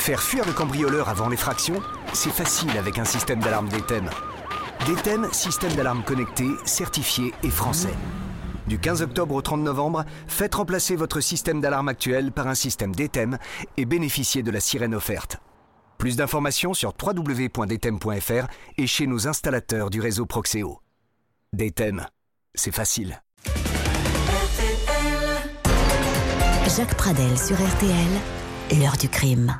Faire fuir le cambrioleur avant l'effraction, c'est facile avec un système d'alarme DTEM. DTEM, système d'alarme connecté, certifié et français. Du 15 octobre au 30 novembre, faites remplacer votre système d'alarme actuel par un système DTEM et bénéficiez de la sirène offerte. Plus d'informations sur www.dtem.fr et chez nos installateurs du réseau Proxéo. DTEM, c'est facile. Jacques Pradel sur RTL, l'heure du crime.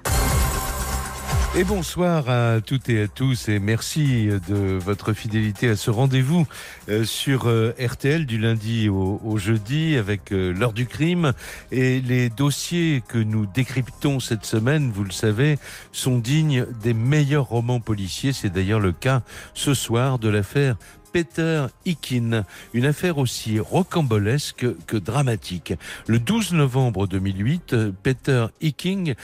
Et bonsoir à toutes et à tous et merci de votre fidélité à ce rendez-vous sur RTL du lundi au jeudi avec l'heure du crime. Et les dossiers que nous décryptons cette semaine, vous le savez, sont dignes des meilleurs romans policiers. C'est d'ailleurs le cas ce soir de l'affaire Peter Hicken, une affaire aussi rocambolesque que dramatique. Le 12 novembre 2008, Peter Hicken,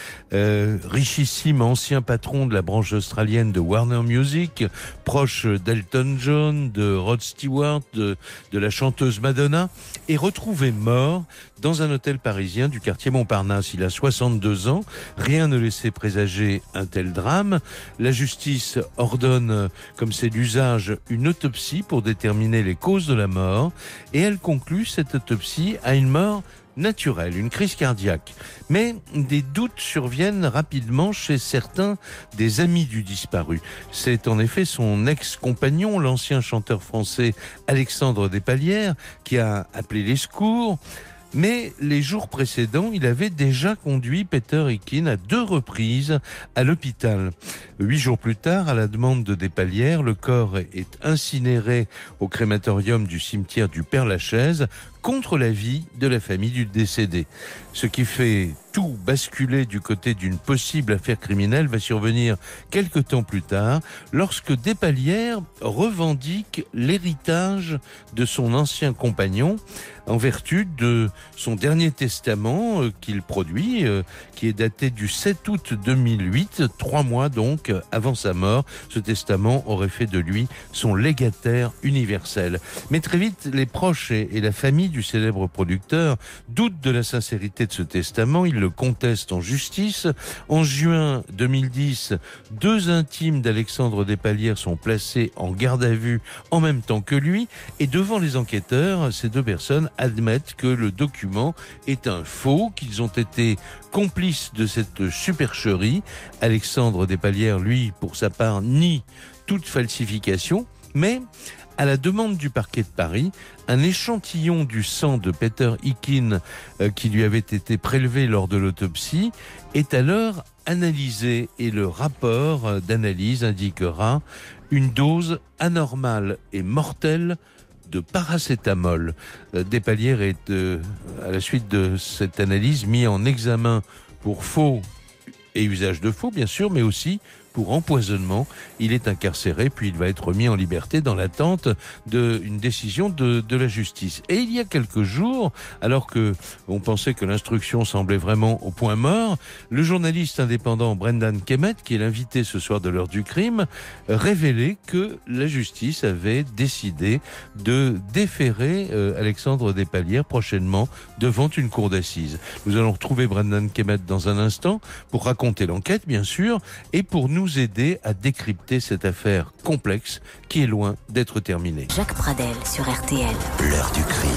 richissime ancien patron de la branche australienne de Warner Music, proche d'Elton John, de Rod Stewart, de la chanteuse Madonna, est retrouvé mort dans un hôtel parisien du quartier Montparnasse. Il a 62 ans, rien ne laissait présager un tel drame. La justice ordonne, comme c'est l'usage, une autopsie pour déterminer les causes de la mort et elle conclut cette autopsie à une mort naturelle, une crise cardiaque. Mais des doutes surviennent rapidement chez certains des amis du disparu. C'est en effet son ex-compagnon, l'ancien chanteur français Alexandre Despalières, qui a appelé les secours. Mais les jours précédents, il avait déjà conduit Peter Hicken à 2 reprises à l'hôpital. 8 jours plus tard, à la demande de Despalières, le corps est incinéré au crématorium du cimetière du Père-Lachaise contre l'avis de la famille du décédé. Ce qui fait tout basculer du côté d'une possible affaire criminelle va survenir quelque temps plus tard, lorsque Despalières revendique l'héritage de son ancien compagnon en vertu de son dernier testament qu'il produit, qui est daté du 7 août 2008, 3 mois donc avant sa mort. Ce testament aurait fait de lui son légataire universel. Mais très vite, les proches et la famille du célèbre producteur doutent de la sincérité de ce testament. Ils le contestent en justice. En juin 2010, 2 intimes d'Alexandre Despalières sont placés en garde à vue en même temps que lui. Et devant les enquêteurs, ces 2 personnes admettent que le document est un faux, qu'ils ont été complices de cette supercherie. Alexandre Despalières, lui, pour sa part, nie toute falsification, mais à la demande du parquet de Paris, un échantillon du sang de Peter Hicken qui lui avait été prélevé lors de l'autopsie est alors analysé et le rapport d'analyse indiquera une dose anormale et mortelle de paracétamol. Despalières est, à la suite de cette analyse, mis en examen pour faux et usage de faux, bien sûr, mais aussi pour empoisonnement. Il est incarcéré, puis il va être mis en liberté dans l'attente d'une décision de la justice. Et il y a quelques jours, alors que on pensait que l'instruction semblait vraiment au point mort, le journaliste indépendant Brendan Kemet, qui est l'invité ce soir de l'heure du crime, révélait que la justice avait décidé de déférer Alexandre Despalières prochainement devant une cour d'assises. Nous allons retrouver Brendan Kemet dans un instant pour raconter l'enquête, bien sûr, et pour nous aider à décrypter cette affaire complexe qui est loin d'être terminée. Jacques Pradel sur RTL. L'heure du crime.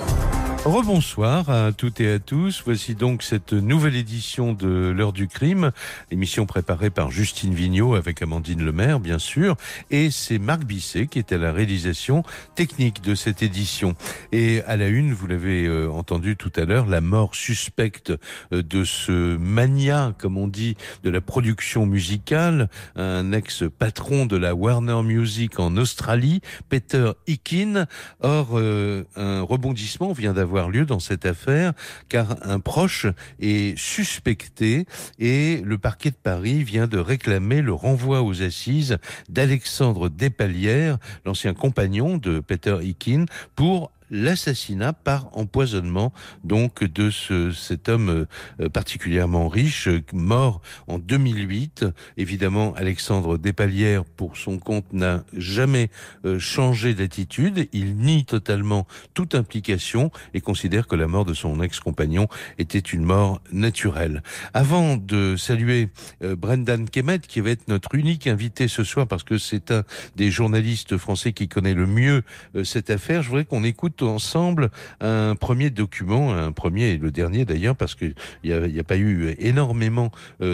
Rebonsoir à toutes et à tous. Voici donc cette nouvelle édition de l'heure du crime, émission préparée par Justine Vignot avec Amandine Lemaire, bien sûr, et c'est Marc Bisset qui est à la réalisation technique de cette édition. Et à la une, vous l'avez entendu tout à l'heure, la mort suspecte de ce mania, comme on dit, de la production musicale, un ex-patron de la Warner Music en Australie, Peter Hicken. Or, un rebondissement vient d'avoir lieu dans cette affaire car un proche est suspecté et le parquet de Paris vient de réclamer le renvoi aux assises d'Alexandre Despalières, l'ancien compagnon de Peter Hicken, pour l'assassinat par empoisonnement donc de cet homme particulièrement riche, mort en 2008. Évidemment, Alexandre Despalières, pour son compte, n'a jamais changé d'attitude. Il nie totalement toute implication et considère que la mort de son ex-compagnon était une mort naturelle. Avant de saluer Brendan Kemet, qui va être notre unique invité ce soir, parce que c'est un des journalistes français qui connaît le mieux cette affaire, je voudrais qu'on écoute ensemble un premier document, un premier et le dernier d'ailleurs, parce qu'il n'y a pas eu énormément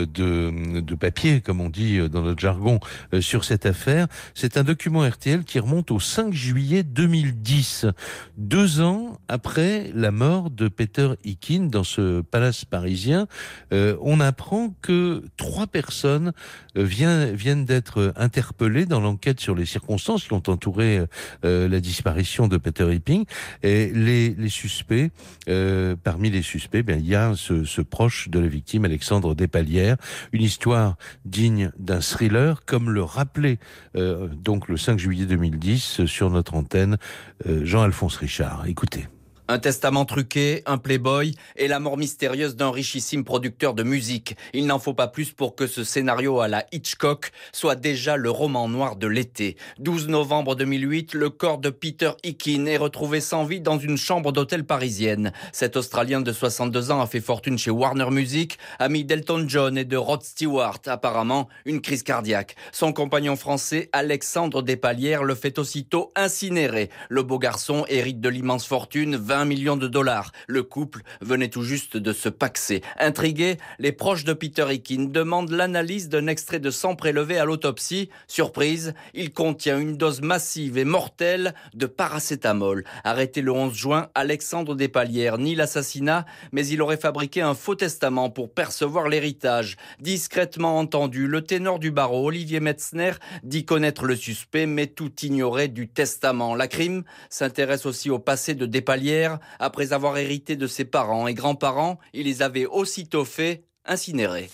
de papier, comme on dit dans notre jargon, sur cette affaire. C'est un document RTL qui remonte au 5 juillet 2010, 2 ans après la mort de Peter Hikin dans ce palace parisien. On apprend que 3 personnes viennent d'être interpellées dans l'enquête sur les circonstances qui ont entouré la disparition de Peter Hikin. Et les suspects, parmi les suspects, il y a ce proche de la victime, Alexandre Despalières. Une histoire digne d'un thriller, comme le rappelait donc le 5 juillet 2010 sur notre antenne Jean-Alphonse Richard. Écoutez. Un testament truqué, un playboy et la mort mystérieuse d'un richissime producteur de musique. Il n'en faut pas plus pour que ce scénario à la Hitchcock soit déjà le roman noir de l'été. 12 novembre 2008, le corps de Peter Hikin est retrouvé sans vie dans une chambre d'hôtel parisienne. Cet Australien de 62 ans a fait fortune chez Warner Music, ami d'Elton John et de Rod Stewart. Apparemment, une crise cardiaque. Son compagnon français, Alexandre Despalières, le fait aussitôt incinérer. Le beau garçon hérite de l'immense fortune, 20 millions de dollars. Le couple venait tout juste de se pacser. Intrigués, les proches de Peter Hikin demandent l'analyse d'un extrait de sang prélevé à l'autopsie. Surprise, il contient une dose massive et mortelle de paracétamol. Arrêté le 11 juin, Alexandre Despalières nie l'assassinat, mais il aurait fabriqué un faux testament pour percevoir l'héritage. Discrètement entendu, le ténor du barreau, Olivier Metzner, dit connaître le suspect, mais tout ignorer du testament. La crime s'intéresse aussi au passé de Despalières. Après avoir hérité de ses parents et grands-parents, il les avait aussitôt fait incinérer.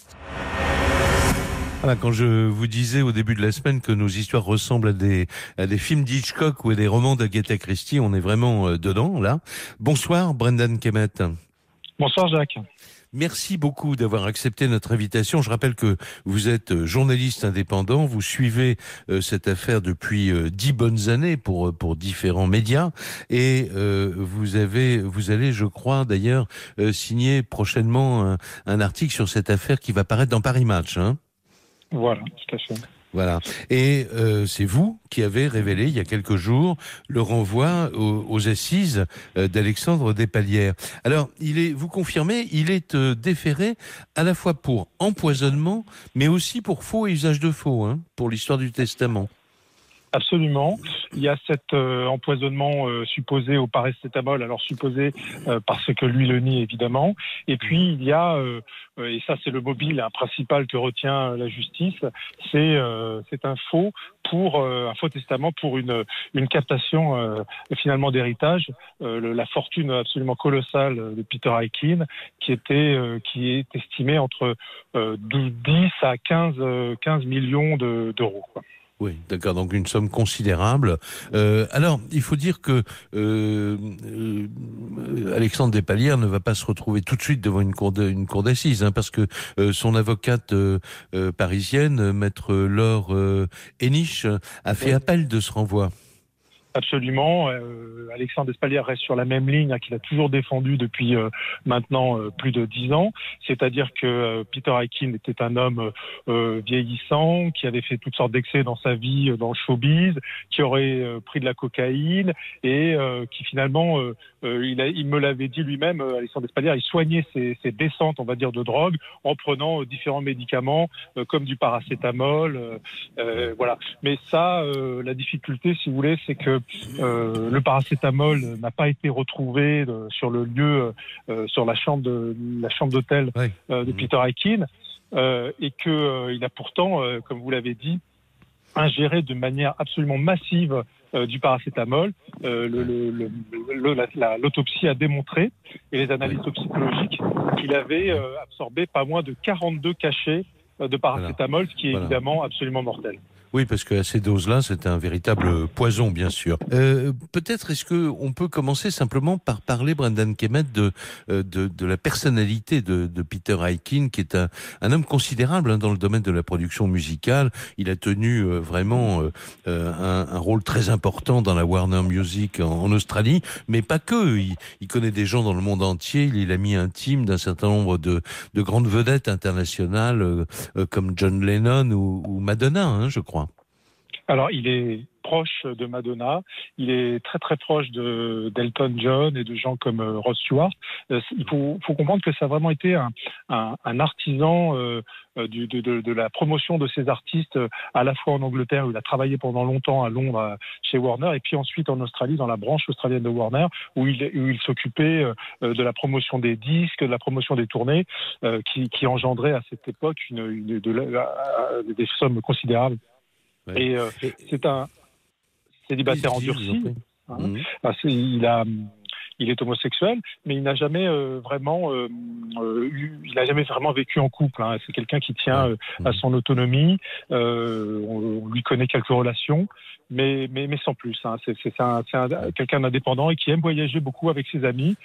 Voilà, quand je vous disais au début de la semaine que nos histoires ressemblent à des films d'Hitchcock ou à des romans d'Agatha Christie, on est vraiment dedans, là. Bonsoir, Brendan Kemet. Bonsoir, Jacques. Merci beaucoup d'avoir accepté notre invitation. Je rappelle que vous êtes journaliste indépendant, vous suivez cette affaire depuis 10 bonnes années pour différents médias et vous allez, je crois d'ailleurs, signer prochainement un article sur cette affaire qui va paraître dans Paris Match. Hein. Voilà, tout à fait. Voilà. Et c'est vous qui avez révélé il y a quelques jours le renvoi aux assises d'Alexandre Despalières. Alors, vous confirmez, il est déféré à la fois pour empoisonnement, mais aussi pour faux et usage de faux, hein, pour l'histoire du testament. Absolument. Il y a cet empoisonnement supposé au paracétamol, alors supposé parce que lui le nie évidemment. Et puis il y a, et ça c'est le mobile principal que retient la justice, c'est un faux testament pour une captation finalement d'héritage, la fortune absolument colossale de Peter Hikin qui est estimée entre 10 à 15 millions d'euros, quoi. Oui, d'accord, donc une somme considérable. Alors, il faut dire que Alexandre Despalières ne va pas se retrouver tout de suite devant une cour d'assises, hein, parce que son avocate parisienne, maître Laure Henich, a fait appel de ce renvoi. Absolument. Alexandre Despalières reste sur la même ligne qu'il a toujours défendue depuis maintenant plus de 10 ans. C'est-à-dire que Peter Hikin était un homme vieillissant, qui avait fait toutes sortes d'excès dans sa vie, dans le showbiz, qui aurait pris de la cocaïne et qui finalement, il me l'avait dit lui-même, Alexandre Despalières, il soignait ses descentes, on va dire, de drogue en prenant différents médicaments comme du paracétamol. Voilà. Mais ça, la difficulté, si vous voulez, c'est que le paracétamol n'a pas été retrouvé sur le lieu, sur la chambre d'hôtel de Peter Hikin, et qu'il a pourtant, comme vous l'avez dit, ingéré de manière absolument massive du paracétamol. L'autopsie a démontré, et les analyses toxicologiques, qu'il avait absorbé pas moins de 42 cachets de paracétamol, ce qui est évidemment absolument mortel. Oui, parce qu'à ces doses-là, c'est un véritable poison, bien sûr. Peut-être est-ce que on peut commencer simplement par parler, Brendan Kemet, de la personnalité de Peter Aikin, qui est un homme considérable dans le domaine de la production musicale. Il a tenu vraiment un rôle très important dans la Warner Music en Australie, mais pas que. Il connaît des gens dans le monde entier. Il est l'ami intime d'un certain nombre de grandes vedettes internationales comme John Lennon ou Madonna, hein, je crois. Alors, il est proche de Madonna, il est très très proche d'Elton John et de gens comme Rod Stewart. Il faut comprendre que ça a vraiment été un artisan de la promotion de ces artistes, à la fois en Angleterre, où il a travaillé pendant longtemps à Londres chez Warner, et puis ensuite en Australie, dans la branche australienne de Warner, où il s'occupait de la promotion des disques, de la promotion des tournées, qui engendraient à cette époque des sommes considérables. Ouais. Et c'est un célibataire endurci. Hein. Il est homosexuel, mais il n'a jamais vraiment vécu en couple. Hein. C'est quelqu'un qui tient à son autonomie. On lui connaît quelques relations, mais sans plus. Hein. C'est quelqu'un d'indépendant et qui aime voyager beaucoup avec ses amis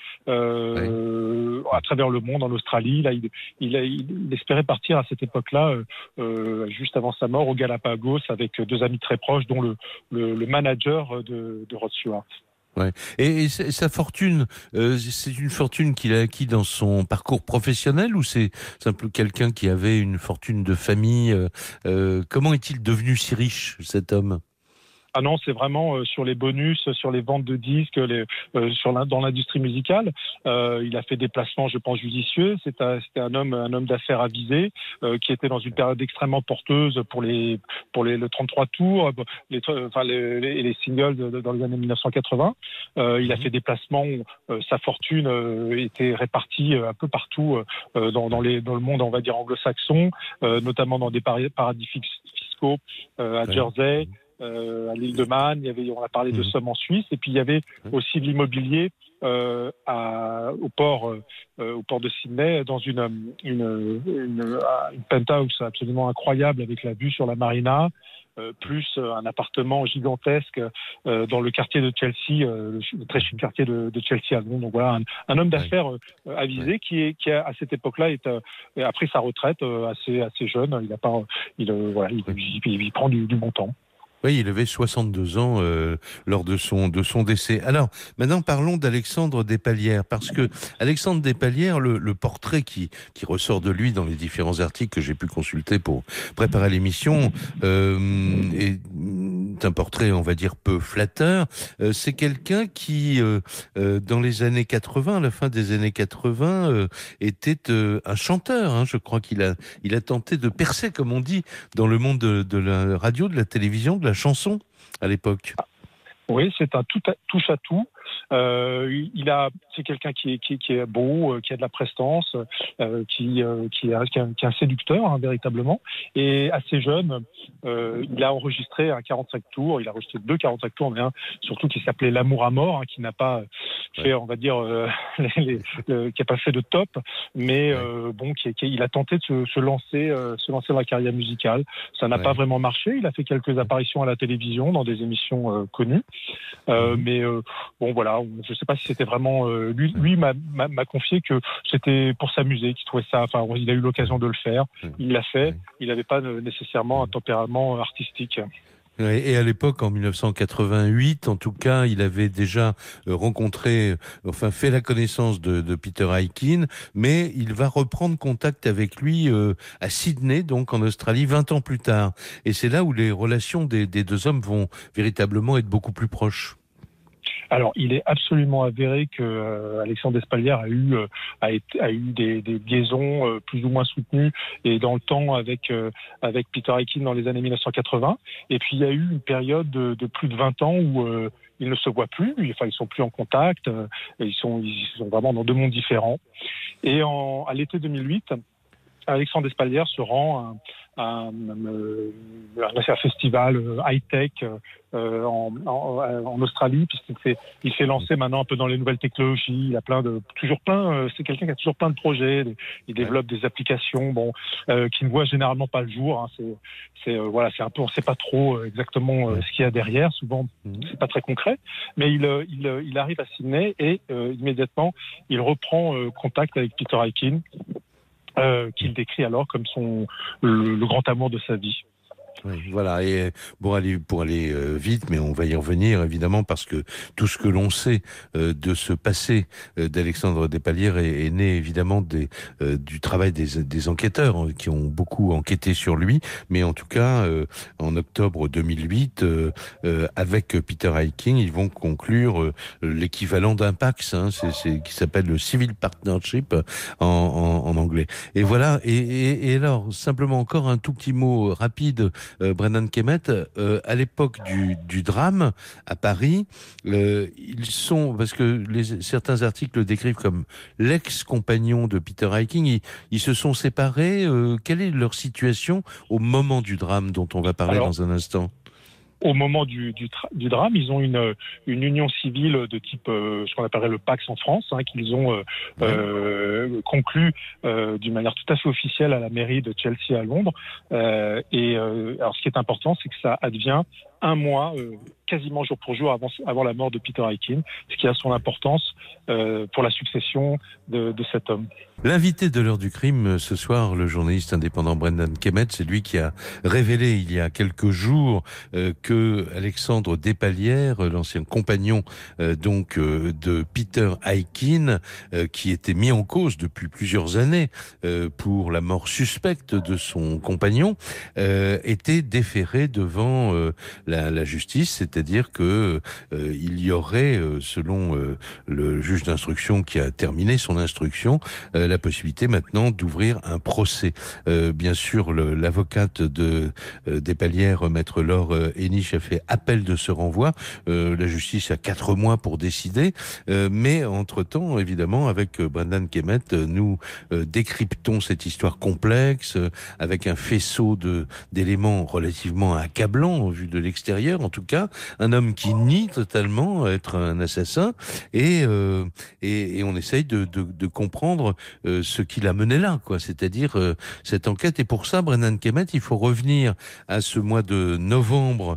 à travers le monde, en Australie. Là, il espérait partir à cette époque-là, juste avant sa mort, au Galapagos, avec deux amis très proches, dont le manager de Rod Stewart. Ouais. Et sa fortune, c'est une fortune qu'il a acquis dans son parcours professionnel, ou c'est simplement quelqu'un qui avait une fortune de famille? Comment est-il devenu si riche, cet homme? Ah non, c'est vraiment sur les bonus, sur les ventes de disques, dans l'industrie musicale. Il a fait des placements, je pense, judicieux. C'était un homme d'affaires avisé, qui était dans une période extrêmement porteuse pour le 33 tours, les singles dans les années 1980. Il a fait des placements où sa fortune était répartie un peu partout dans le monde, on va dire, anglo-saxon, notamment dans des paradis fiscaux à Jersey. À l'île de Man, on a parlé de sommes en Suisse, et puis il y avait aussi de l'immobilier au port de Sydney, dans une penthouse absolument incroyable avec la vue sur la marina, plus un appartement gigantesque dans le quartier de Chelsea, le très chic quartier de Chelsea à Londres. Donc voilà, un homme d'affaires avisé qui a, à cette époque-là, a pris sa retraite assez jeune. Il prend du bon temps. Oui, il avait 62 ans lors de son décès. Alors, maintenant, parlons d'Alexandre Despalières, parce que Alexandre Despalières, le portrait qui ressort de lui dans les différents articles que j'ai pu consulter pour préparer l'émission, est un portrait, on va dire, peu flatteur. C'est quelqu'un qui, dans les années 80, à la fin des années 80, était un chanteur. Hein. Je crois qu'il a tenté de percer, comme on dit, dans le monde de la radio, de la télévision, de la chanson à l'époque. Oui, c'est un touche à tout. C'est quelqu'un qui est beau, qui a de la prestance, qui est un séducteur, hein, véritablement. Et assez jeune, il a enregistré un 45 tours. Il a enregistré 2 45 tours, mais un surtout qui s'appelait L'amour à mort, hein, qui n'a pas fait, on va dire, qui n'a pas fait de top, mais il a tenté de se lancer dans la carrière musicale. Ça n'a pas vraiment marché. Il a fait quelques apparitions à la télévision dans des émissions connues, mais voilà, je ne sais pas si c'était vraiment lui m'a confié que c'était pour s'amuser, qu'il trouvait ça. Enfin, il a eu l'occasion de le faire. Il l'a fait. Il n'avait pas nécessairement un tempérament artistique. Et à l'époque, en 1988, en tout cas, il avait déjà fait la connaissance de Peter Aikin, mais il va reprendre contact avec lui à Sydney, donc en Australie, 20 ans plus tard. Et c'est là où les relations des deux hommes vont véritablement être beaucoup plus proches. Alors, il est absolument avéré que Alexandre Despalières a eu des liaisons plus ou moins soutenues et dans le temps avec Peter Aikin dans les années 1980. Et puis il y a eu une période de plus de 20 ans où ils ne se voient plus. Enfin, ils sont plus en contact. Ils sont vraiment dans 2 mondes différents. Et à l'été 2008. Alexandre Despalières se rend à un festival high-tech en Australie, puisqu'il s'est lancé maintenant un peu dans les nouvelles technologies. Il a c'est quelqu'un qui a toujours plein de projets. Il développe des applications qui ne voient généralement pas le jour. C'est un peu, on ne sait pas trop exactement ce qu'il y a derrière. Souvent, c'est pas très concret. Mais il arrive à Sydney et immédiatement, il reprend contact avec Peter Aikin, qu'il décrit alors comme le grand amour de sa vie. Oui, voilà. Et pour aller vite, mais on va y revenir évidemment, parce que tout ce que l'on sait de ce passé d'Alexandre Despalières est né évidemment du travail des enquêteurs qui ont beaucoup enquêté sur lui. Mais en tout cas, en octobre 2008, avec Peter Aikin, ils vont conclure l'équivalent d'un PACS, qui s'appelle le Civil Partnership en anglais. Et voilà. Et alors, simplement encore un tout petit mot rapide. Brendan Kemet, à l'époque du drame à Paris, ils sont, parce que certains articles le décrivent comme l'ex-compagnon de Peter Aikin, ils se sont séparés. Quelle est leur situation au moment du drame dont on va parler dans un instant ? Au moment du drame, ils ont une union civile de type ce qu'on appellerait le PACS en France, qu'ils ont conclu d'une manière tout à fait officielle à la mairie de Chelsea à Londres. Alors, ce qui est important, c'est que ça advient un mois, quasiment jour pour jour avant la mort de Peter Aikin, ce qui a son importance pour la succession de cet homme. L'invité de l'heure du crime ce soir, le journaliste indépendant Brendan Kemet, c'est lui qui a révélé il y a quelques jours que Alexandre Despalières, l'ancien compagnon de Peter Aikin, qui était mis en cause depuis plusieurs années pour la mort suspecte de son compagnon, était déféré devant la justice, c'est-à-dire que il y aurait, selon le juge d'instruction qui a terminé son instruction, la possibilité maintenant d'ouvrir un procès. Bien sûr, l'avocate de Despalières, maître Laure Henich, a fait appel de ce renvoi. La justice a 4 mois pour décider, mais entre-temps, évidemment, avec Brendan Kemet, nous décryptons cette histoire complexe, avec un faisceau d'éléments relativement accablants, vu de l'extérieur en tout cas, un homme qui nie totalement être un assassin, et on essaye de comprendre ce qui l'a mené là, c'est-à-dire cette enquête. Et pour ça, Brendan Kemet, il faut revenir à ce mois de novembre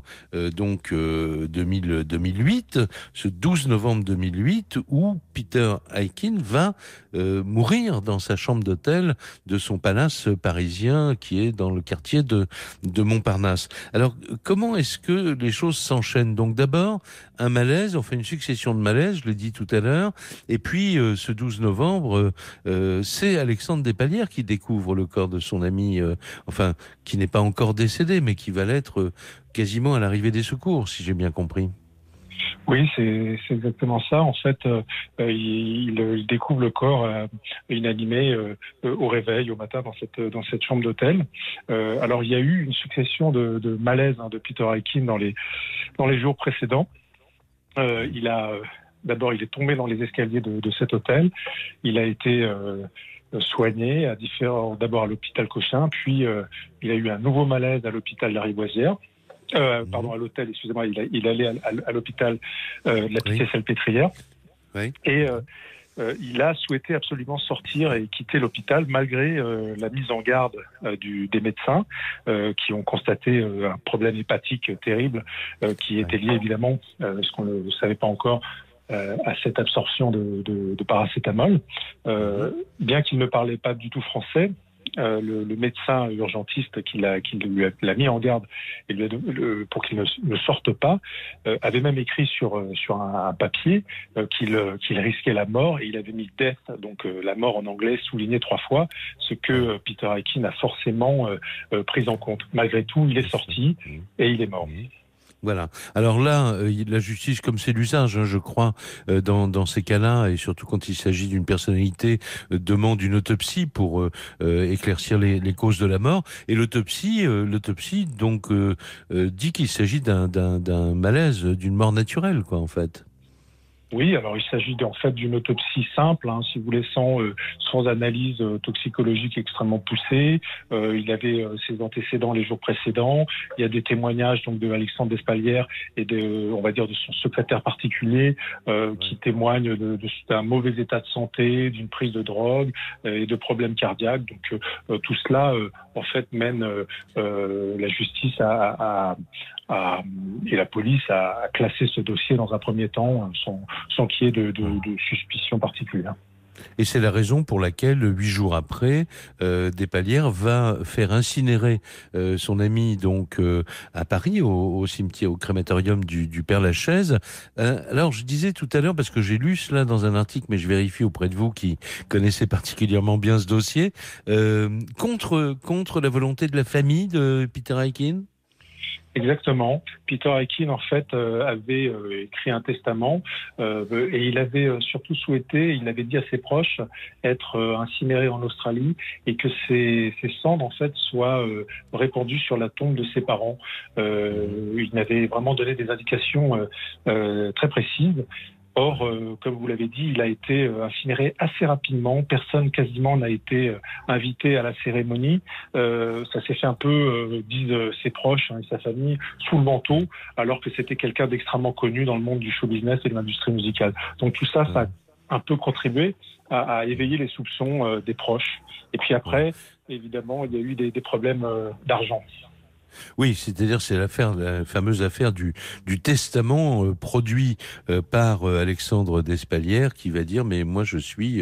2008, ce 12 novembre 2008, où Peter Aikin va mourir dans sa chambre d'hôtel de son palace parisien qui est dans le quartier de Montparnasse. Alors, comment est-ce que les choses s'enchaînent ? Donc d'abord, un malaise, on fait une succession de malaises, je l'ai dit tout à l'heure, et puis ce 12 novembre, c'est Alexandre Despalières qui découvre le corps de son ami, qui n'est pas encore décédé, mais qui va l'être quasiment à l'arrivée des secours, si j'ai bien compris. Oui, c'est exactement ça. En fait, il découvre le corps inanimé au réveil, au matin, dans cette chambre d'hôtel. Alors, il y a eu une succession de malaises de Peter Aikin dans les jours précédents. D'abord, il est tombé dans les escaliers de cet hôtel. Il a été soigné d'abord à l'hôpital Cochin, puis il a eu un nouveau malaise à l'hôpital Lariboisière. À l'hôtel, excusez-moi, il allait à l'hôpital de la Pitié-Salpêtrière. Oui. Et il a souhaité absolument sortir et quitter l'hôpital malgré la mise en garde des médecins qui ont constaté un problème hépatique terrible qui était lié évidemment, ce qu'on ne savait pas encore, à cette absorption de paracétamol. Bien qu'il ne parlait pas du tout français, le médecin urgentiste qui l'a mis en garde et pour qu'il ne sorte pas, avait même écrit sur un papier qu'il risquait la mort, et il avait mis death, donc la mort en anglais, souligné 3 fois, ce que Peter Aikin a forcément pris en compte. Malgré tout, il est sorti et il est mort. Voilà. Alors là, la justice, comme c'est l'usage, je crois, dans ces cas-là, et surtout quand il s'agit d'une personnalité, demande une autopsie pour éclaircir les causes de la mort. Et l'autopsie donc dit qu'il s'agit d'un malaise, d'une mort naturelle, en fait. Oui, alors il s'agit en fait d'une autopsie simple, si vous voulez, sans analyse toxicologique extrêmement poussée. Il avait ses antécédents les jours précédents. Il y a des témoignages donc de Alexandre Despalières et on va dire de son secrétaire particulier qui témoignent d'un mauvais état de santé, d'une prise de drogue et de problèmes cardiaques. Donc tout cela en fait mène la justice et la police a classé ce dossier dans un premier temps sans qu'il y ait de suspicion particulière. Et c'est la raison pour laquelle, 8 jours après, Despalières va faire incinérer son ami donc à Paris, au cimetière, au crématorium du Père-Lachaise. Alors, je disais tout à l'heure, parce que j'ai lu cela dans un article, mais je vérifie auprès de vous qui connaissez particulièrement bien ce dossier, contre la volonté de la famille de Peter Aikin. Exactement. Peter Aikin, en fait, avait écrit un testament et il avait surtout souhaité, il avait dit à ses proches, être incinéré en Australie et que ses cendres, en fait, soient répandues sur la tombe de ses parents. Il avait vraiment donné des indications très précises. Or, comme vous l'avez dit, il a été incinéré assez rapidement. Personne quasiment n'a été invité à la cérémonie. Ça s'est fait un peu, disent ses proches et sa famille, sous le manteau, alors que c'était quelqu'un d'extrêmement connu dans le monde du show business et de l'industrie musicale. Donc tout ça, ça a un peu contribué à éveiller les soupçons des proches. Et puis après, évidemment, il y a eu des problèmes d'argent. Oui, c'est-à-dire c'est la fameuse affaire du testament produit par Alexandre Despalières qui va dire mais moi je suis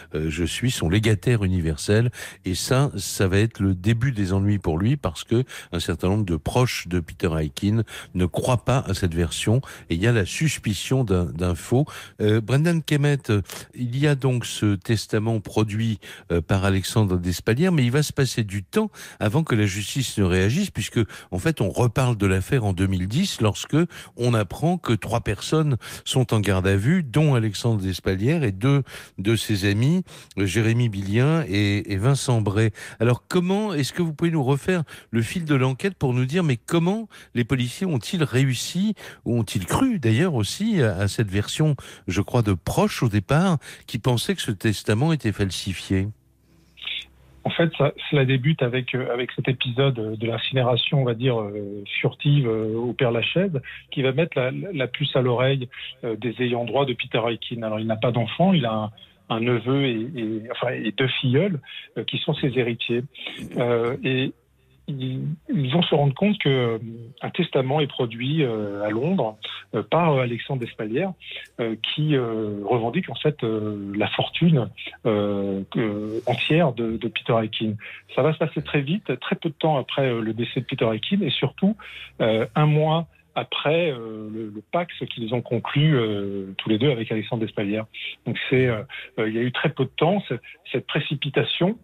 son légataire universel et ça va être le début des ennuis pour lui parce que un certain nombre de proches de Peter Aikin ne croient pas à cette version et il y a la suspicion d'un faux. Brendan Kemet, il y a donc ce testament produit par Alexandre Despalières mais il va se passer du temps avant que la justice ne réagisse puisque en fait, on reparle de l'affaire en 2010 lorsque on apprend que 3 personnes sont en garde à vue, dont Alexandre Despalières et 2 de ses amis, Jérémy Billien et Vincent Bray. Alors, comment est-ce que vous pouvez nous refaire le fil de l'enquête pour nous dire, mais comment les policiers ont-ils réussi, ou ont-ils cru d'ailleurs aussi à cette version, je crois, de proches au départ, qui pensaient que ce testament était falsifié ? En fait, cela débute avec cet épisode de l'incinération, on va dire, furtive au Père-Lachaise, qui va mettre la puce à l'oreille des ayants droit de Peter Aikin. Alors, il n'a pas d'enfant, il a un neveu et 2 filleuls qui sont ses héritiers. Et ils vont se rendre compte qu'un testament est produit à Londres par Alexandre Despalières qui revendique en fait la fortune entière de Peter Aikin. Ça va se passer très vite, très peu de temps après le décès de Peter Aikin et surtout 1 mois après le Pax qu'ils ont conclu tous les deux avec Alexandre Despalières. Donc il y a eu très peu de temps, cette précipitation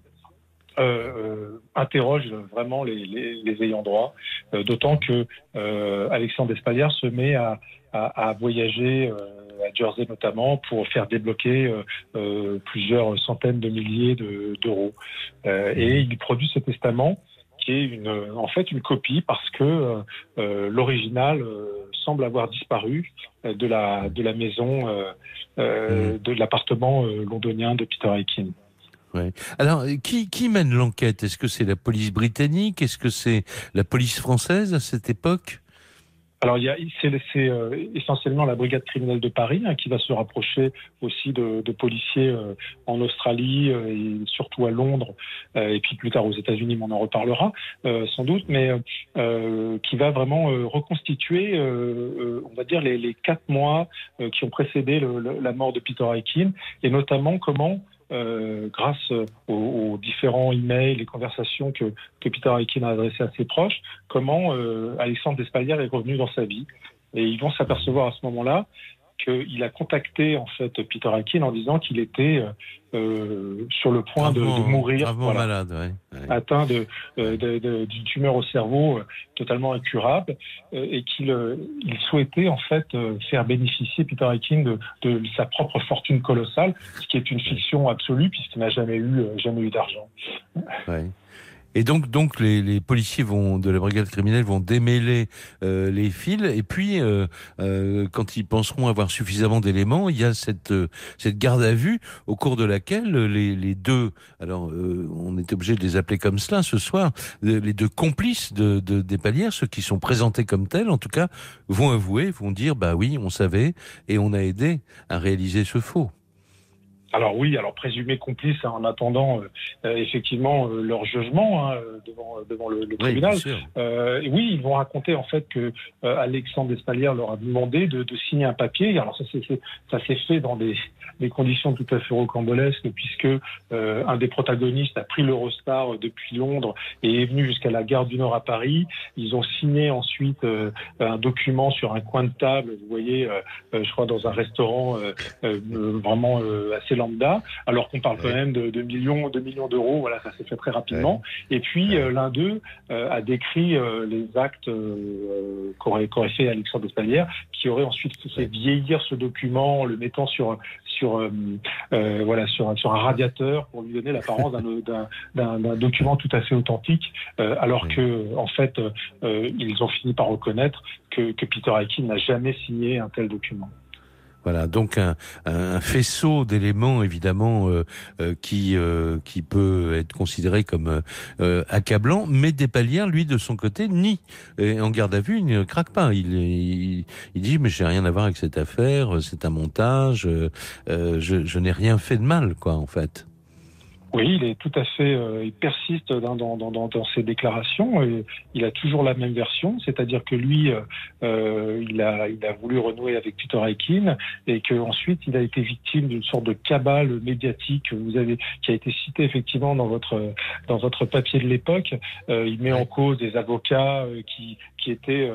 interroge vraiment les ayants droit, d'autant que Alexandre Despalières se met à voyager à Jersey notamment pour faire débloquer plusieurs centaines de milliers d'euros. Et il produit ce testament qui est en fait une copie parce que l'original semble avoir disparu de la maison, de l'appartement londonien de Peter Aikin. Ouais. Alors, qui mène l'enquête ? Est-ce que c'est la police britannique ? Est-ce que c'est la police française à cette époque ? Alors, c'est essentiellement la brigade criminelle de Paris qui va se rapprocher aussi de policiers en Australie et surtout à Londres et puis plus tard aux États-Unis, mais on en reparlera sans doute, mais qui va vraiment reconstituer, on va dire, les 4 mois qui ont précédé la mort de Peter Aikin et notamment comment grâce aux différents emails, les conversations que Peter Aikin a adressées à ses proches, comment Alexandre Despalières est revenu dans sa vie. Et ils vont s'apercevoir à ce moment-là qu'il a contacté en fait Peter Aikin en disant qu'il était sur le point de mourir, gravement malade, ouais. Atteint d'une tumeur au cerveau totalement incurable, et qu'il souhaitait en fait faire bénéficier Peter Aikin de sa propre fortune colossale, ce qui est une fiction absolue puisqu'il n'a jamais eu d'argent. Ouais. Et donc les policiers de la brigade criminelle vont démêler les fils, et puis quand ils penseront avoir suffisamment d'éléments, il y a cette garde à vue au cours de laquelle les deux, alors on est obligé de les appeler comme cela ce soir, les deux complices d'Espalières, ceux qui sont présentés comme tels en tout cas, vont avouer, vont dire bah oui, on savait et on a aidé à réaliser ce faux. Alors oui, présumés complices en attendant effectivement leur jugement devant le tribunal. Oui, ils vont raconter en fait que Alexandre Espalières leur a demandé de signer un papier. Alors ça s'est fait dans des conditions tout à fait rocambolesques, puisque un des protagonistes a pris l'Eurostar depuis Londres et est venu jusqu'à la gare du Nord à Paris. Ils ont signé ensuite un document sur un coin de table, vous voyez, je crois dans un restaurant vraiment assez lambda, alors qu'on parle quand même de millions d'euros. Voilà, ça s'est fait très rapidement. Et puis l'un d'eux a décrit les actes qu'aurait fait Alexandre Espalières, qui aurait ensuite fait vieillir ce document en le mettant sur un radiateur pour lui donner l'apparence d'un document tout à fait authentique, alors que en fait ils ont fini par reconnaître que Peter Aikin n'a jamais signé un tel document. Voilà, donc un faisceau d'éléments évidemment qui peut être considéré comme accablant, mais Espalières, lui, de son côté, nie. Et en garde à vue, il ne craque pas. Il dit mais j'ai rien à voir avec cette affaire, c'est un montage, je n'ai rien fait de mal, quoi, en fait. Oui, il est tout à fait. Il persiste dans ses déclarations. Et il a toujours la même version, c'est-à-dire que lui, il a voulu renouer avec Peter Aikin et que ensuite il a été victime d'une sorte de cabale médiatique qui a été citée effectivement dans votre papier de l'époque. Il met en cause des avocats qui étaient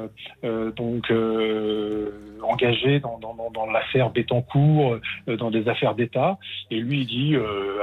engagés dans l'affaire Bettencourt, dans des affaires d'État. Et lui, il dit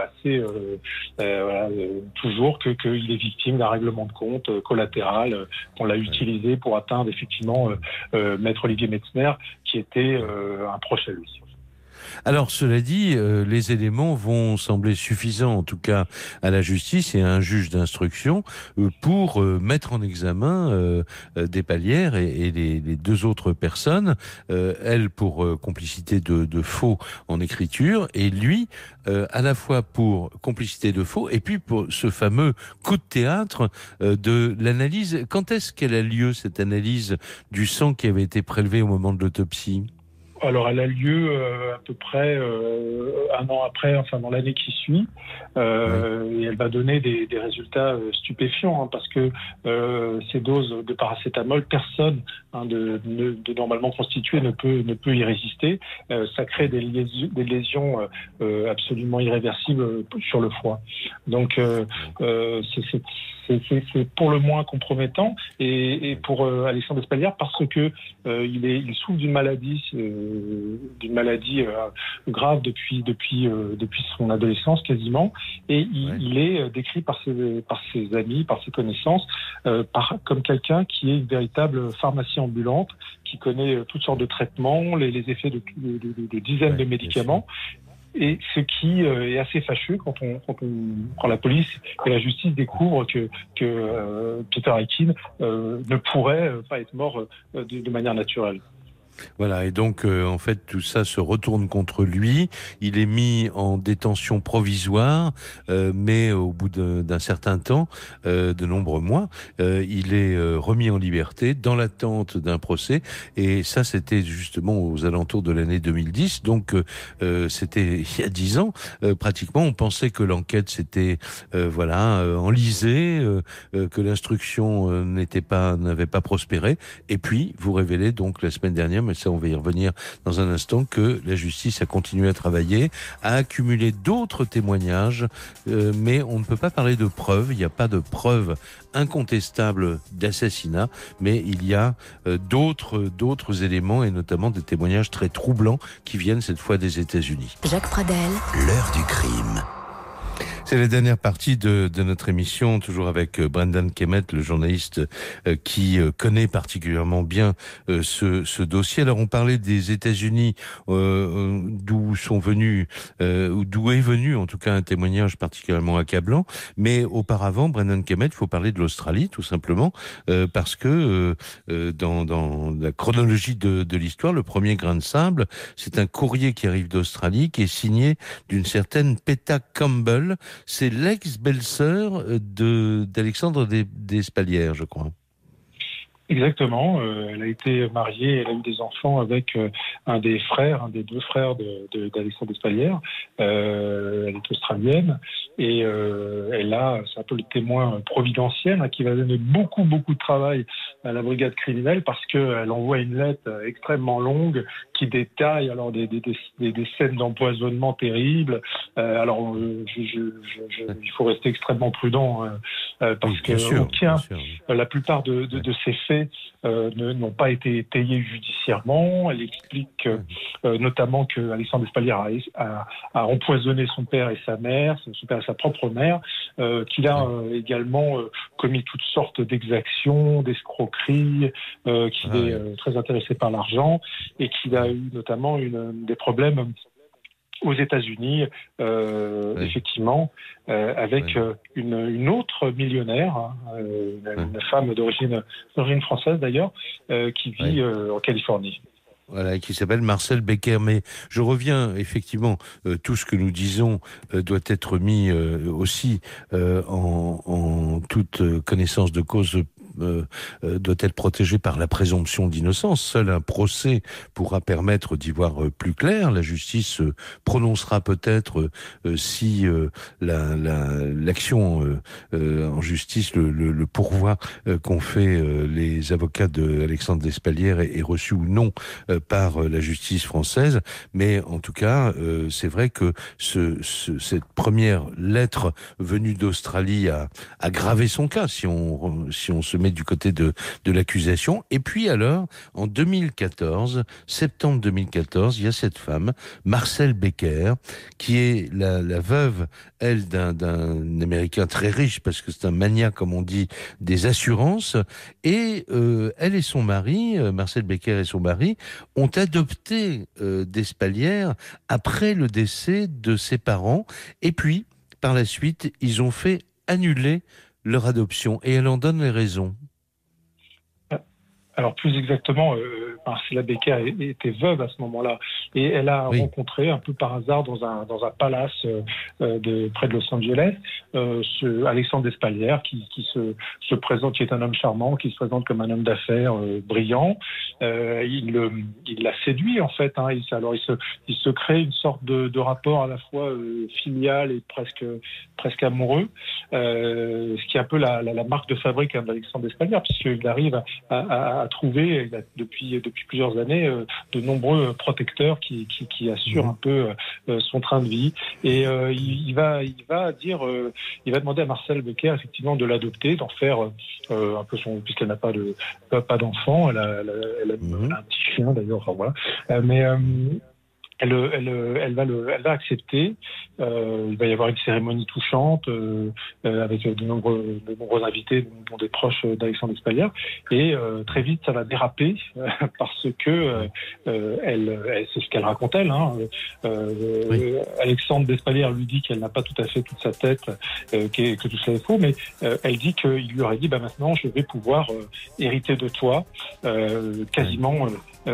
toujours qu'il est victime d'un règlement de compte collatéral qu'on l'a utilisé pour atteindre effectivement Maître Olivier Metzner, qui était un proche à lui. Alors, cela dit, les éléments vont sembler suffisants, en tout cas à la justice et à un juge d'instruction, pour mettre en examen Espalières et les deux autres personnes, elle pour complicité de faux en écriture, et lui à la fois pour complicité de faux et puis pour ce fameux coup de théâtre de l'analyse. Quand est-ce qu'elle a lieu, cette analyse du sang qui avait été prélevé au moment de l'autopsie ? Alors, elle a lieu à peu près un an après, enfin dans l'année qui suit, et elle va donner des résultats stupéfiants, parce que ces doses de paracétamol, personne de normalement constitué ne peut y résister. Ça crée des lésions absolument irréversibles sur le foie. Donc, c'est pour le moins compromettant, et pour Alexandre Espalières, parce que il souffre d'une maladie grave depuis son adolescence quasiment, et il est décrit par ses amis, par ses connaissances, comme quelqu'un qui est une véritable pharmacie ambulante, qui connaît toutes sortes de traitements, les effets de dizaines de médicaments. Et ce qui est assez fâcheux quand la police et la justice découvrent que Peter Aikin ne pourrait pas être mort de manière naturelle. Voilà, et donc en fait tout ça se retourne contre lui. Il est mis en détention provisoire, mais au bout d'un certain temps, de nombreux mois, il est remis en liberté dans l'attente d'un procès. Et ça, c'était justement aux alentours de l'année 2010. Donc c'était il y a 10 ans. Pratiquement, on pensait que l'enquête s'était enlisée, que l'instruction n'avait pas prospéré. Et puis vous révélez donc la semaine dernière, mais ça on va y revenir dans un instant, que la justice a continué à travailler, a accumulé d'autres témoignages, mais on ne peut pas parler de preuves, il n'y a pas de preuves incontestables d'assassinat, mais il y a d'autres éléments, et notamment des témoignages très troublants qui viennent cette fois des États-Unis. Jacques Pradel, L'heure du crime. C'est la dernière partie de notre émission, toujours avec Brendan Kemet, le journaliste qui connaît particulièrement bien ce dossier. Alors on parlait des États-Unis, d'où sont venus, ou d'où est venu en tout cas un témoignage particulièrement accablant. Mais auparavant, Brendan Kemet, il faut parler de l'Australie tout simplement, parce que dans la chronologie de l'histoire, le premier grain de sable, c'est un courrier qui arrive d'Australie, qui est signé d'une certaine Peta Campbell. C'est l'ex-belle-sœur d'Alexandre Despalières, je crois. Exactement. Elle a été mariée, elle a eu des enfants avec un des deux frères d'Alexandre Despalières. Elle est australienne et c'est un peu le témoin providentiel qui va donner beaucoup de travail à la brigade criminelle parce qu'elle envoie une lettre extrêmement longue qui détaille alors des scènes d'empoisonnement terribles. Il faut rester extrêmement prudent parce que la plupart de ces faits n'ont pas été étayés judiciairement. Elle explique notamment que Alexandre Despalières a empoisonné son père et sa mère, son père et sa propre mère, qu'il a également commis toutes sortes d'exactions, d'escroqueries, qu'il est très intéressé par l'argent et qu'il a eu notamment des problèmes aux États-Unis, effectivement, avec une autre millionnaire, une femme d'origine française d'ailleurs, qui vit en Californie. Voilà, qui s'appelle Marcel Becker. Mais je reviens, effectivement, tout ce que nous disons doit être mis aussi en toute connaissance de cause, doit être protégé par la présomption d'innocence. Seul un procès pourra permettre d'y voir plus clair. La justice prononcera peut-être si l'action en justice, le pourvoi qu'ont fait les avocats d'Alexandre Despalières est reçu ou non par la justice française. Mais en tout cas, c'est vrai que cette première lettre venue d'Australie a gravé son cas, si on se met du côté de l'accusation. Et puis alors, en 2014, septembre 2014, il y a cette femme, Marcel Becker, qui est la veuve, elle, d'un Américain très riche, parce que c'est un maniaque, comme on dit, des assurances. Et elle et son mari, Marcel Becker et son mari, ont adopté Despalières après le décès de ses parents. Et puis, par la suite, ils ont fait annuler leur adoption. Et elle en donne les raisons. Alors plus exactement, Marcella Becker était veuve à ce moment-là et elle a rencontré un peu par hasard dans un palace près de Los Angeles Alexandre Despalières qui se présente, qui est un homme charmant, qui se présente comme un homme d'affaires brillant. Il l'a séduit en fait. Il se crée une sorte de rapport à la fois filial et presque amoureux, ce qui est un peu la marque de fabrique d'Alexandre Despalières, puisqu'il arrive à trouver depuis plusieurs années de nombreux protecteurs qui assurent un peu son train de vie. Et il va demander à Marcel Becker effectivement de l'adopter, d'en faire un peu puisqu'elle n'a pas d'enfant, elle a un petit chien d'ailleurs. Enfin, voilà. Mais elle va accepter. Il va y avoir une cérémonie touchante avec de nombreux invités, dont des proches d'Alexandre Despalières. Et très vite, ça va déraper parce que c'est ce qu'elle raconte elle. Alexandre Despalières lui dit qu'elle n'a pas tout à fait toute sa tête, que tout ça est faux, mais elle dit qu'il lui aurait dit maintenant je vais pouvoir hériter de toi quasiment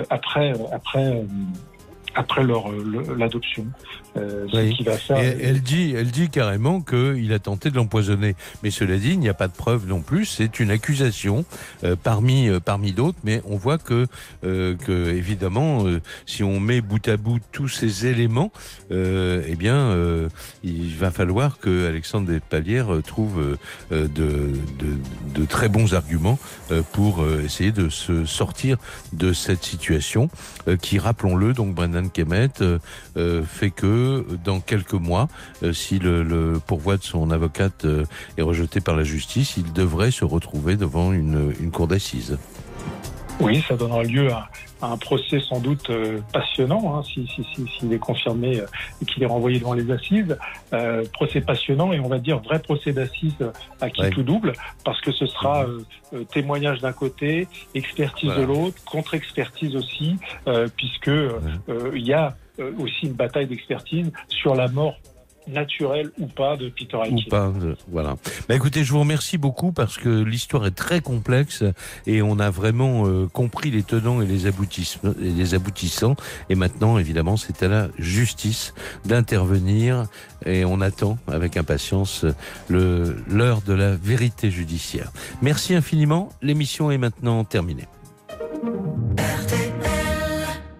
après l'adoption. Qui va faire... Elle dit carrément qu'il a tenté de l'empoisonner. Mais cela dit, il n'y a pas de preuve non plus. C'est une accusation parmi d'autres. Mais on voit que évidemment, si on met bout à bout tous ces éléments, il va falloir que Alexandre Despalières trouve de très bons arguments pour essayer de se sortir de cette situation qui, rappelons-le, donc Brendan Kemet, fait que dans quelques mois, si le pourvoi de son avocate est rejeté par la justice, il devrait se retrouver devant une cour d'assises. Oui, ça donnera lieu à un procès sans doute passionnant, s'il est confirmé et qu'il est renvoyé devant les assises. Procès passionnant et on va dire vrai procès d'assises à qui tout double, parce que ce sera témoignage d'un côté, expertise de l'autre, contre-expertise aussi, puisque il y a aussi une bataille d'expertise sur la mort naturel ou pas de Peter Aikin. Ou pas, voilà. Écoutez, je vous remercie beaucoup parce que l'histoire est très complexe et on a vraiment compris les tenants et les aboutissants. Et maintenant, évidemment, c'est à la justice d'intervenir et on attend avec impatience l'heure de la vérité judiciaire. Merci infiniment. L'émission est maintenant terminée.